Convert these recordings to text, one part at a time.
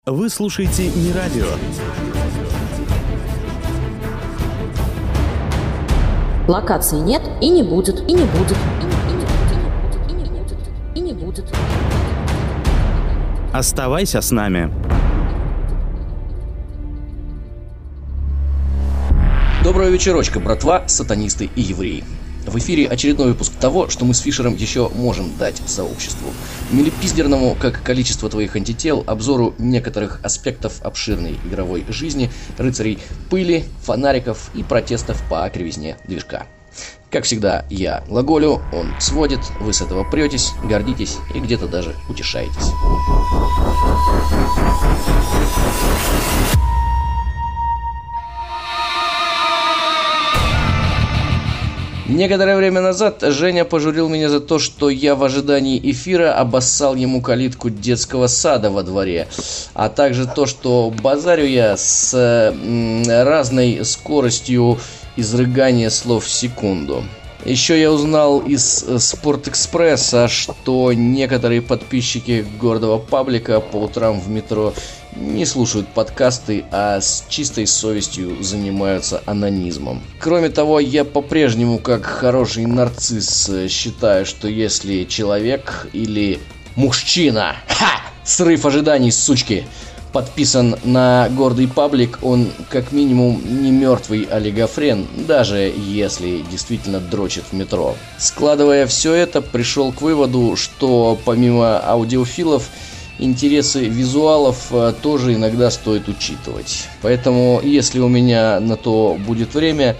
Вы слушаете не радио. Локации нет и не будет, и не будет, и не будет. Оставайся с нами. Доброго вечерочка, братва, сатанисты и евреи. В эфире очередной выпуск того, что мы с Фишером еще можем дать сообществу. Милипиздерному, как количество твоих антител, обзору некоторых аспектов обширной игровой жизни, рыцарей пыли, фонариков и протестов по кривизне движка. Как всегда, я глаголю, он сводит, вы с этого претесь, гордитесь и где-то даже утешаетесь. Некоторое время назад Женя пожурил меня за то, что я в ожидании эфира обоссал ему калитку детского сада во дворе, а также то, что базарю я с разной скоростью изрыгания слов в секунду. Еще я узнал из Спортэкспресса, что некоторые подписчики гордого паблика по утрам в метро не слушают подкасты, а с чистой совестью занимаются онанизмом. Кроме того, я по-прежнему, как хороший нарцисс, считаю, что если человек или мужчина, срыв ожиданий, сучки, подписан на гордый паблик, он как минимум не мертвый олигофрен, даже если действительно дрочит в метро. Складывая все это, пришел к выводу, что помимо аудиофилов, интересы визуалов тоже иногда стоит учитывать. Поэтому, если у меня на то будет время,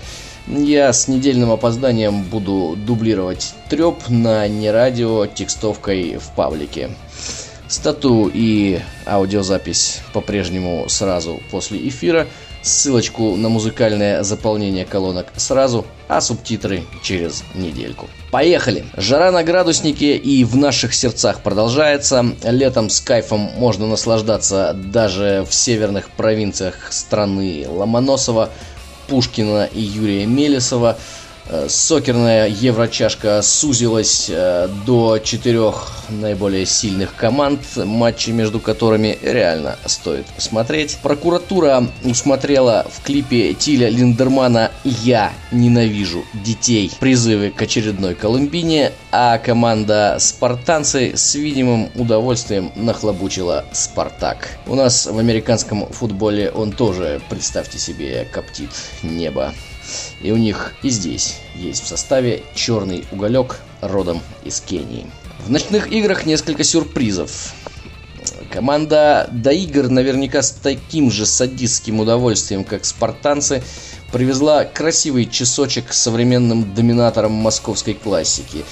я с недельным опозданием буду дублировать трёп на нерадио текстовкой в паблике. Стату и аудиозапись по-прежнему сразу после эфира, ссылочку на музыкальное заполнение колонок сразу, а субтитры через недельку. Поехали! Жара на градуснике и в наших сердцах продолжается. Летом с кайфом можно наслаждаться даже в северных провинциях страны Ломоносова, Пушкина и Юрия Мелесова. Сокерная еврочашка сузилась до 4 наиболее сильных команд, матчи между которыми реально стоит смотреть. Прокуратура усмотрела в клипе Тиля Линдермана «Я ненавижу детей» призывы к очередной Колумбине, а команда «Спартанцы» с видимым удовольствием нахлобучила «Спартак». У нас в американском футболе он тоже, представьте себе, коптит небо. И у них и здесь есть в составе черный уголек родом из Кении. В ночных играх несколько сюрпризов. Команда до игр наверняка с таким же садистским удовольствием, как спартанцы, привезла красивый часочек с современным доминатором московской классики.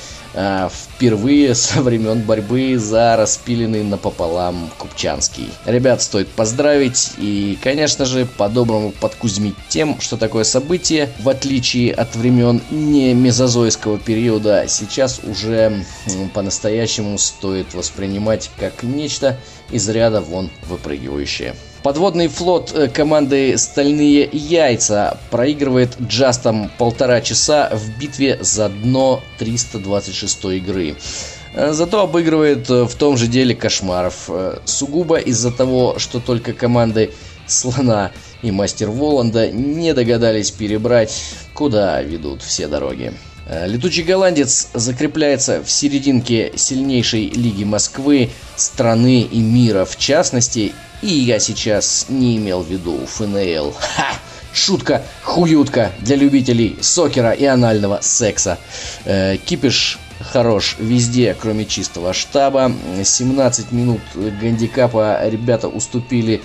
Впервые со времен борьбы за распиленный напополам Купчанский. Ребят стоит поздравить и, конечно же, по-доброму подкузмить тем, что такое событие, в отличие от времен не мезозойского периода, сейчас уже по-настоящему стоит воспринимать как нечто из ряда вон выпрыгивающее. Подводный флот команды «Стальные яйца» проигрывает Джастом 1,5 часа в битве за дно 326 игры. Зато обыгрывает в том же деле кошмаров. Сугубо из-за того, что только команды Слона и Мастер Воланда не догадались перебрать, куда ведут все дороги. Летучий голландец закрепляется в серединке сильнейшей лиги Москвы, страны и мира в частности. И я сейчас не имел в виду ФНЛ. Шутка, хуютка для любителей сокера и анального секса. Кипиш хорош везде, кроме чистого штаба. 17 минут гандикапа ребята уступили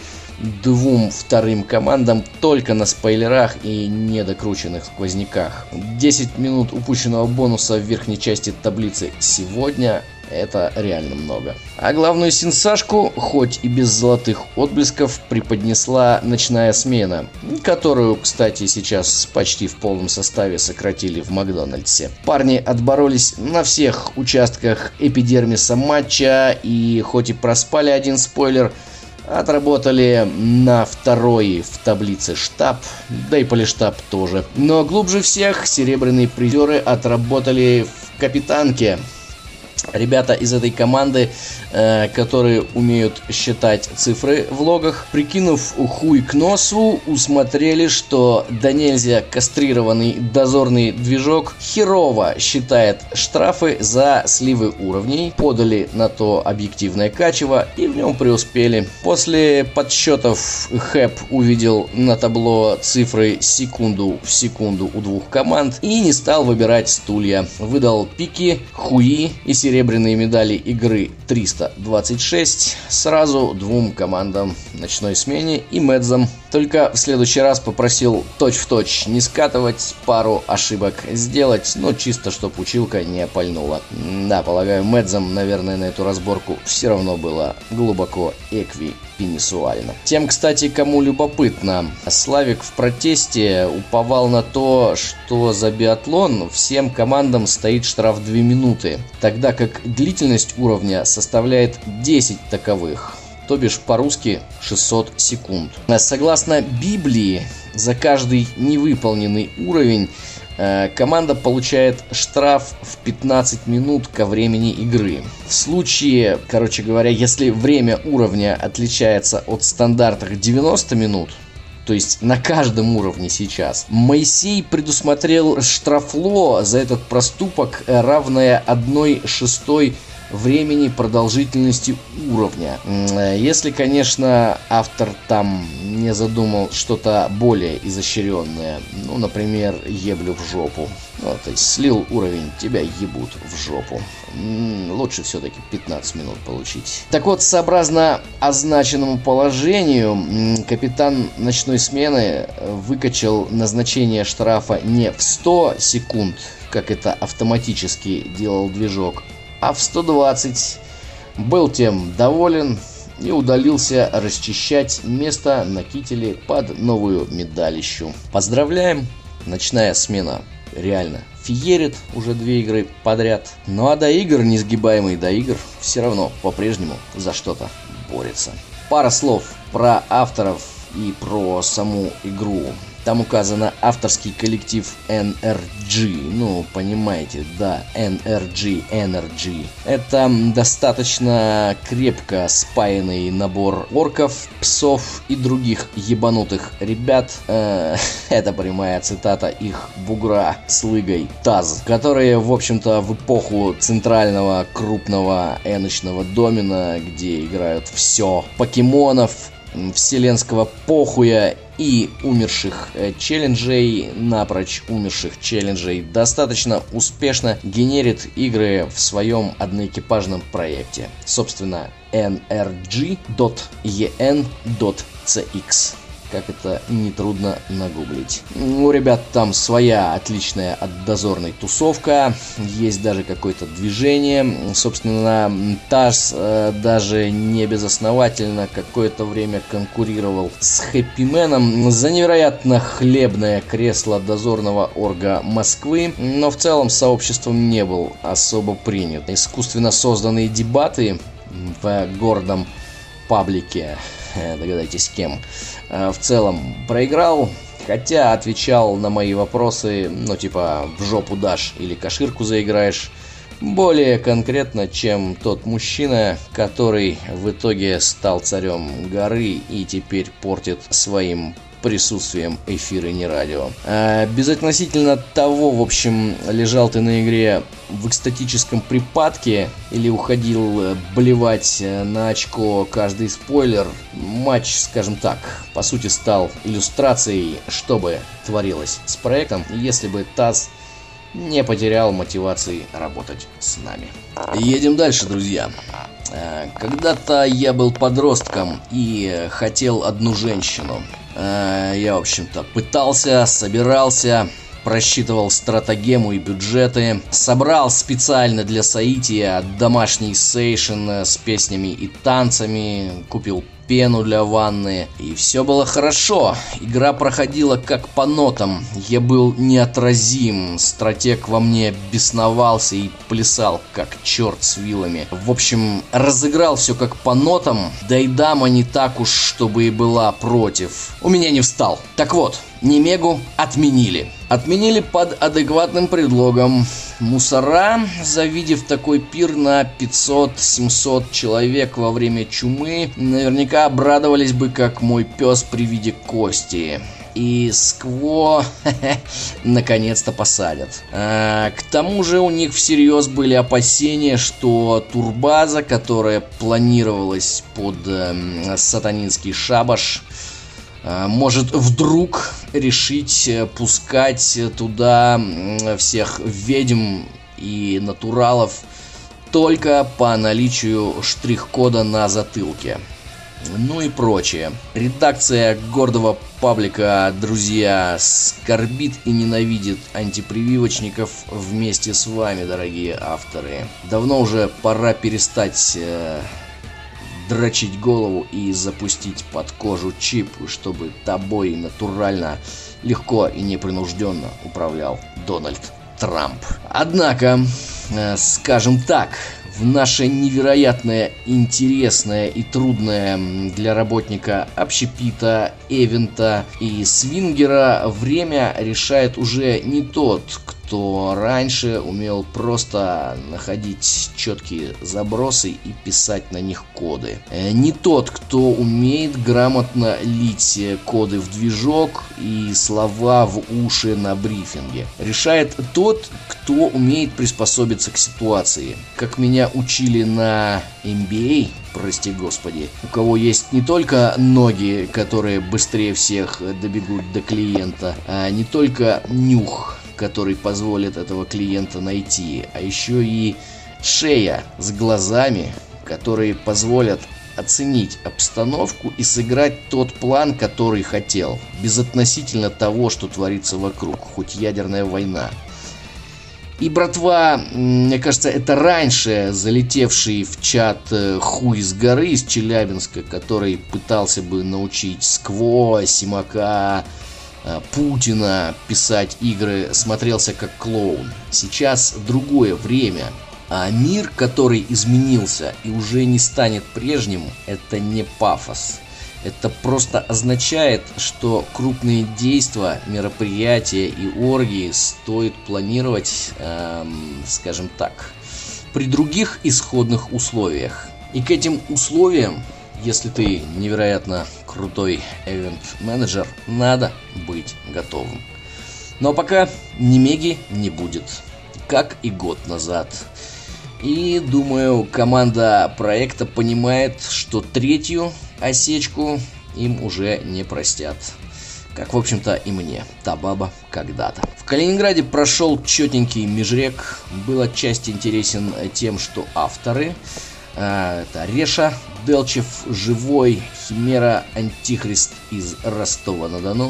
2 вторым командам только на спойлерах и недокрученных сквозняках. 10 минут упущенного бонуса в верхней части таблицы сегодня — это реально много. А главную сенсашку, хоть и без золотых отблесков, преподнесла ночная смена, которую, кстати, сейчас почти в полном составе сократили в Макдональдсе. Парни отборолись на всех участках эпидермиса матча и хоть и проспали один спойлер, отработали на 2-й в таблице штаб, да и полиштаб тоже. Но глубже всех серебряные призеры отработали в капитанке. Ребята из этой команды, которые умеют считать цифры в логах, прикинув хуй к носу, усмотрели, что да нельзя кастрированный дозорный движок херово считает штрафы за сливы уровней, подали на то объективное качево и в нем преуспели. После подсчетов Хэп увидел на табло цифры секунду в секунду у двух команд и не стал выбирать стулья. Выдал пики, хуи и серебряные медали игры 326 сразу двум командам ночной смене и Медзам. Только в следующий раз попросил точь-в-точь не скатывать, пару ошибок сделать, но чисто чтоб училка не пальнула. Да, полагаю, Медзам, наверное, на эту разборку все равно было глубоко эквипенисуально. Тем, кстати, кому любопытно, Славик в протесте уповал на то, что за биатлон всем командам стоит штраф 2 минуты, тогда как длительность уровня составляет 10 таковых. То бишь по-русски 600 секунд. Согласно Библии, за каждый невыполненный уровень команда получает штраф в 15 минут ко времени игры. В случае, короче говоря, если время уровня отличается от стандартных 90 минут, то есть на каждом уровне сейчас, Моисей предусмотрел штрафло за этот проступок, равное 1/6 времени продолжительности уровня. Если, конечно, автор там не задумал что-то более изощренное. Ну, например, еблю в жопу. Ну, то есть слил уровень, тебя ебут в жопу. Лучше все-таки 15 минут получить. Так вот, сообразно означенному положению, капитан ночной смены выкачал назначение штрафа не в 100 секунд, как это автоматически делал движок, а в 120. Был тем доволен и удалился расчищать место на кителе под новую медалищу. Поздравляем, ночная смена реально феерит уже 2 игры подряд. Ну а Доигр, несгибаемый Доигр, все равно по-прежнему за что-то борется. Пара слов про авторов и про саму игру. Там указано авторский коллектив NRG. Ну, понимаете, да, NRG. Это достаточно крепко спаянный набор орков, псов и других ебанутых ребят. Это прямая цитата их бугра с лыгой Таз, которые, в общем-то, в эпоху центрального крупного эночного домена, где играют все покемонов, вселенского похуя и умерших челленджей, напрочь умерших челленджей, достаточно успешно генерит игры в своем одноэкипажном проекте. Собственно, nrg.en.cx. Как это нетрудно нагуглить. У ребят там своя отличная от дозорной тусовка. Есть даже какое-то движение. Собственно, Таз даже не безосновательно какое-то время конкурировал с Хэппименом за невероятно хлебное кресло дозорного орга Москвы. Но в целом сообществом не был особо принят. Искусственно созданные дебаты в гордом паблике, догадайтесь кем, в целом проиграл, хотя отвечал на мои вопросы, ну типа в жопу дашь или каширку заиграешь, более конкретно, чем тот мужчина, который в итоге стал царем горы и теперь портит своим присутствием эфиры не радио. Безотносительно того, в общем, лежал ты на игре в экстатическом припадке или уходил блевать на очко каждый спойлер, матч, скажем так, по сути стал иллюстрацией, что бы творилось с проектом, если бы Таз не потерял мотивации работать с нами. Едем дальше, друзья. Когда-то я был подростком и хотел одну женщину. Я, в общем-то, пытался, собирался, просчитывал стратегему и бюджеты, собрал специально для соития домашний сейшн с песнями и танцами, купил пену для ванны. И все было хорошо. Игра проходила как по нотам. Я был неотразим. Стратег во мне бесновался и плясал, как черт с вилами. В общем, разыграл все как по нотам. Да и дама не так уж, чтобы и была против. У меня не встал. Так вот, Немегу отменили. Отменили под адекватным предлогом. Мусора, завидев такой пир на 500-700 человек во время чумы, наверняка обрадовались бы, как мой пес при виде кости. И Скво наконец-то посадят. К тому же у них всерьез были опасения, что турбаза, которая планировалась под сатанинский шабаш, может вдруг решить пускать туда всех ведьм и натуралов только по наличию штрих-кода на затылке. Ну и прочее. Редакция гордого паблика «Друзья» скорбит и ненавидит антипрививочников вместе с вами, дорогие авторы. Давно уже пора перестать дрочить голову и запустить под кожу чип, чтобы тобой натурально, легко и непринужденно управлял Дональд Трамп. Однако, скажем так, в наше невероятное, интересное и трудное для работника общепита, эвента и свингера время решает уже не тот, кто раньше умел просто находить четкие забросы и писать на них коды. Не тот, кто умеет грамотно лить коды в движок и слова в уши на брифинге. Решает тот, кто умеет приспособиться к ситуации. Как меня учили на MBA, прости господи, у кого есть не только ноги, которые быстрее всех добегут до клиента, а не только нюх, который позволит этого клиента найти, а еще и шея с глазами, которые позволят оценить обстановку и сыграть тот план, который хотел, безотносительно того, что творится вокруг, хоть ядерная война. И, братва, мне кажется, это раньше залетевший в чат хуй с горы из Челябинска, который пытался бы научить Скво, Симака, Путина писать игры, смотрелся как клоун. Сейчас другое время. А мир, который изменился и уже не станет прежним, это не пафос. Это просто означает, что крупные действия, мероприятия и оргии стоит планировать, скажем так, при других исходных условиях. И к этим условиям, если ты невероятно крутой эвент-менеджер, надо быть готовым. Но пока Немеги не будет, как и год назад. И думаю, команда проекта понимает, что третью осечку им уже не простят. Как, в общем-то, и мне. Та баба когда-то. В Калининграде прошел четенький межрек. Был отчасти интересен тем, что авторы это Реша, Делчев, Живой, Химера, Антихрист из Ростова-на-Дону,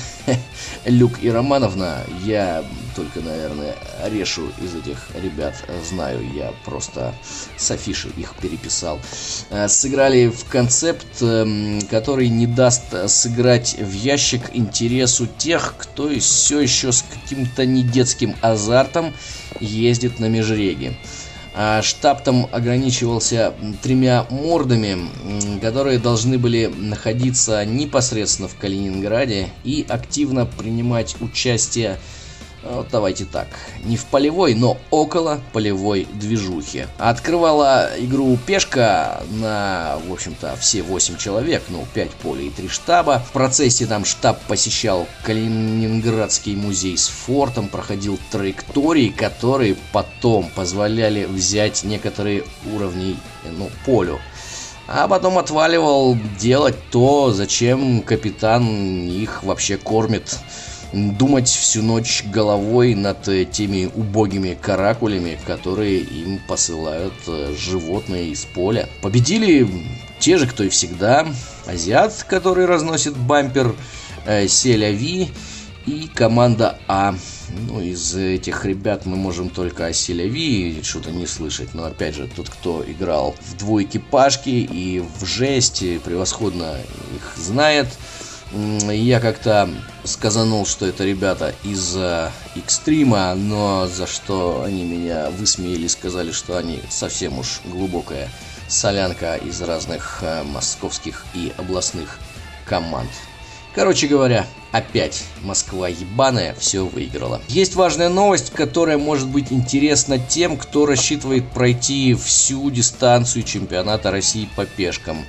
Люк и Романовна. Я только, наверное, Решу из этих ребят знаю. Я просто с афиши их переписал. Сыграли в концепт, который не даст сыграть в ящик интересу тех, кто все еще с каким-то недетским азартом ездит на межреги. Штаб там ограничивался 3 мордами, которые должны были находиться непосредственно в Калининграде и активно принимать участие, давайте так, не в полевой, но около полевой движухе. Открывала игру пешка на, в общем-то, все 8 человек, 5 полей и 3 штаба. В процессе там штаб посещал Калининградский музей с фортом, проходил траектории, которые потом позволяли взять некоторые уровни, полю. А потом отваливал делать то, зачем капитан их вообще кормит. Думать всю ночь головой над теми убогими каракулями, которые им посылают животные из поля. Победили те же, кто и всегда. Азиат, который разносит бампер, Селяви и команда А. Ну, из этих ребят мы можем только о Селяви что-то не слышать. Но опять же, тот, кто играл в двуэкипажки и в жесть, превосходно их знает. Я как-то сказанул, что это ребята из экстрима, но за что они меня высмеяли, сказали, что они совсем уж глубокая солянка из разных московских и областных команд. Короче говоря, опять Москва ебаная все выиграла. Есть важная новость, которая может быть интересна тем, кто рассчитывает пройти всю дистанцию чемпионата России по пешкам.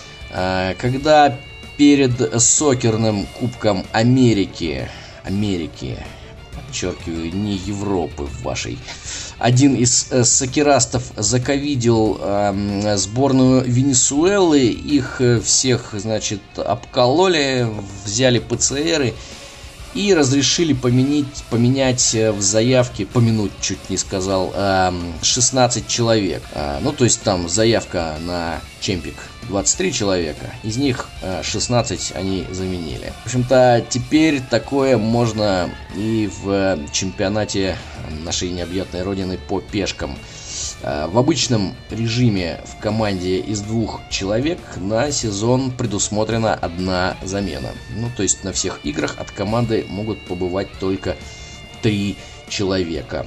Когда перед сокерным Кубком Америки, подчеркиваю, не Европы вашей, один из сокерастов заковидил сборную Венесуэлы, их всех, значит, обкололи, взяли ПЦРы и разрешили поменять в заявке, помянуть чуть не сказал, 16 человек. Ну, то есть там заявка на чемпик 23 человека, из них 16 они заменили. В общем-то, теперь такое можно и в чемпионате нашей необъятной родины по пешкам. В обычном режиме в команде из 2 человек на сезон предусмотрена 1 замена. Ну, то есть на всех играх от команды могут побывать только 3 человека.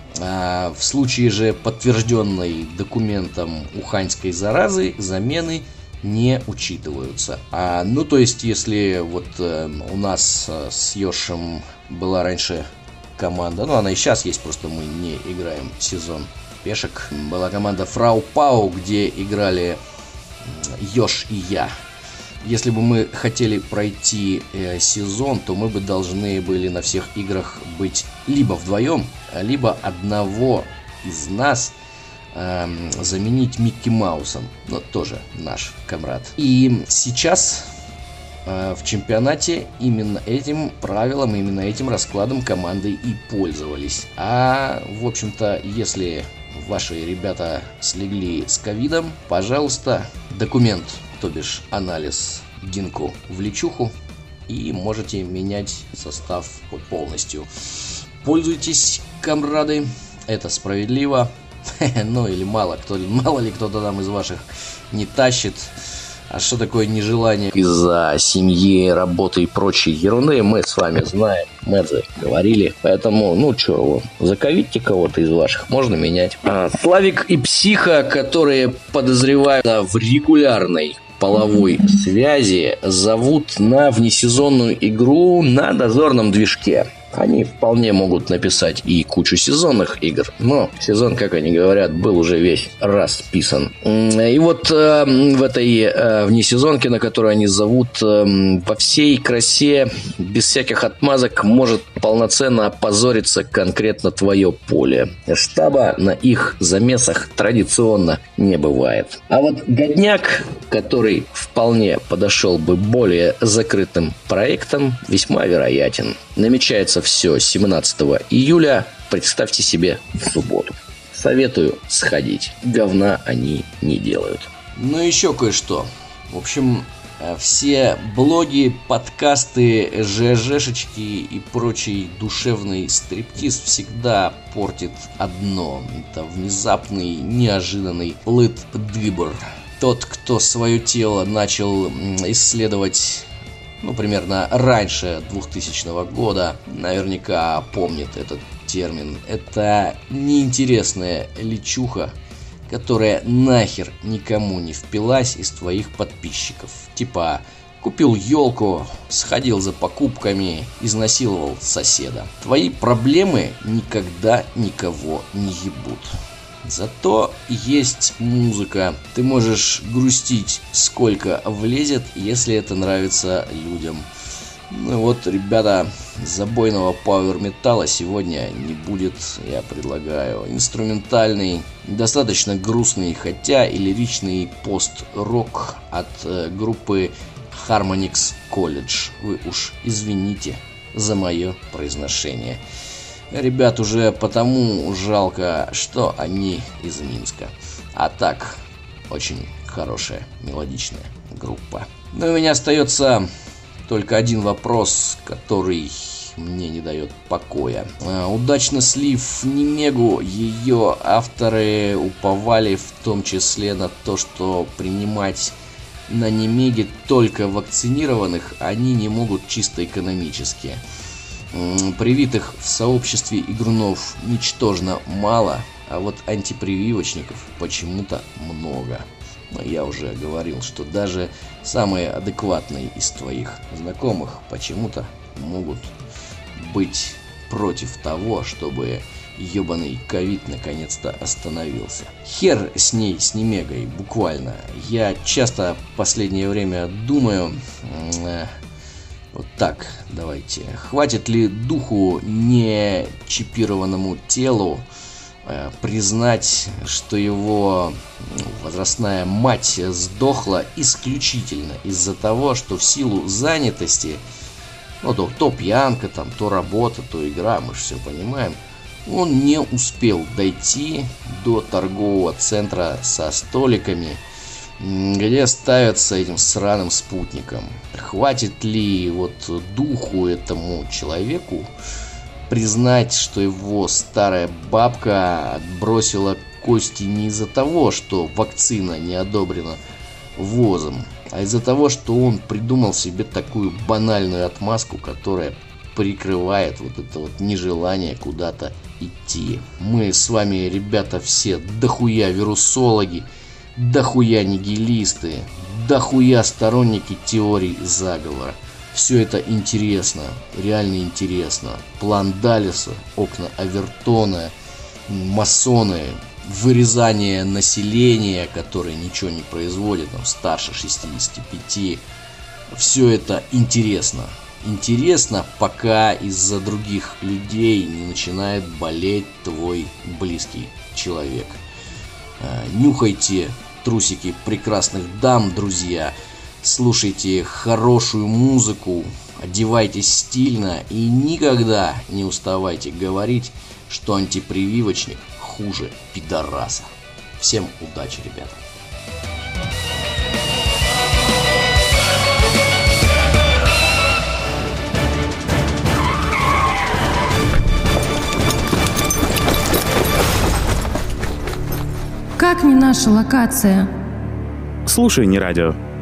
В случае же подтвержденной документом уханьской заразы замены не учитываются. Ну, то есть, если вот у нас с Йошем была раньше команда, ну, она и сейчас есть, просто мы не играем сезон пешек. Была команда Фрау Пау, где играли Йош и я. Если бы мы хотели пройти сезон, то мы бы должны были на всех играх быть либо вдвоем, либо одного из нас заменить Микки Маусом, но тоже наш комрад. И сейчас в чемпионате именно этим правилом, именно этим раскладом команды и пользовались. В общем-то, если ваши ребята слегли с ковидом, пожалуйста, документ, то бишь анализ Гинку в лечуху, и можете менять состав полностью. Пользуйтесь, комрады, это справедливо. Ну или мало ли кто-то там из ваших не тащит. А что такое нежелание из-за семьи, работы и прочей ерунды, мы с вами знаем, мы же говорили. Поэтому, ну чё, заковидьте кого-то из ваших, можно менять. Славик и Психа, которые подозревают в регулярной половой связи, зовут на внесезонную игру на дозорном движке. Они вполне могут написать и кучу сезонных игр, но сезон, как они говорят, был уже весь расписан. И вот в этой внесезонке, на которую они зовут, во всей красе, без всяких отмазок, может полноценно опозориться конкретно твое поле. Штаба на их замесах традиционно не бывает. А вот годняк, который вполне подошел бы более закрытым проектам, весьма вероятен. Намечается все 17 июля. Представьте себе в субботу. Советую сходить. Говна они не делают. Ну еще кое-что. В общем, все блоги, подкасты, ЖЖшечки и прочий душевный стриптиз всегда портит одно. Это внезапный, неожиданный лыт-дыбр. Тот, кто свое тело начал исследовать, ну, примерно раньше 2000 года, наверняка помнит этот термин. Это неинтересная личуха, которая нахер никому не впилась из твоих подписчиков. Типа, купил елку, сходил за покупками, изнасиловал соседа. Твои проблемы никогда никого не ебут. Зато есть музыка. Ты можешь грустить сколько влезет, если это нравится людям. Ну вот, ребята, забойного пауэр-металла сегодня не будет. Я предлагаю инструментальный, достаточно грустный, хотя и лиричный пост-рок от группы Harmonix College. Вы уж извините за мое произношение. Ребят уже потому жалко, что они из Минска. А так, очень хорошая мелодичная группа. Но у меня остается только один вопрос, который мне не дает покоя. Удачно слив Немегу, ее авторы уповали в том числе на то, что принимать на Немеге только вакцинированных они не могут чисто экономически. Привитых в сообществе игрунов ничтожно мало, а вот антипрививочников почему-то много. Но я уже говорил, что даже самые адекватные из твоих знакомых почему-то могут быть против того, чтобы ебаный ковид наконец-то остановился. Хер с ней, с Немегой, буквально. Я часто в последнее время думаю, вот так, давайте, хватит ли духу не чипированному телу признать, что его возрастная мать сдохла исключительно из-за того, что в силу занятости, то пьянка, там, то работа, то игра, мы же все понимаем, он не успел дойти до торгового центра со столиками, где ставятся этим сраным спутником. Хватит ли вот духу этому человеку признать, что его старая бабка отбросила кости не из-за того, что вакцина не одобрена ВОЗом, а из-за того, что он придумал себе такую банальную отмазку, которая прикрывает вот это вот нежелание куда-то идти. Мы с вами, ребята, все дохуя вирусологи, дохуя нигилисты, дохуя сторонники теорий заговора. Все это интересно, реально интересно. План Даллеса, окна Авертона, масоны, вырезание населения, которое ничего не производит, там, старше 65. Все это интересно. Интересно, пока из-за других людей не начинает болеть твой близкий человек. Нюхайте трусики прекрасных дам, друзья. Слушайте хорошую музыку, одевайтесь стильно и никогда не уставайте говорить, что антипрививочник хуже пидораса. Всем удачи, ребята. Как не наша локация? Слушай, не радио.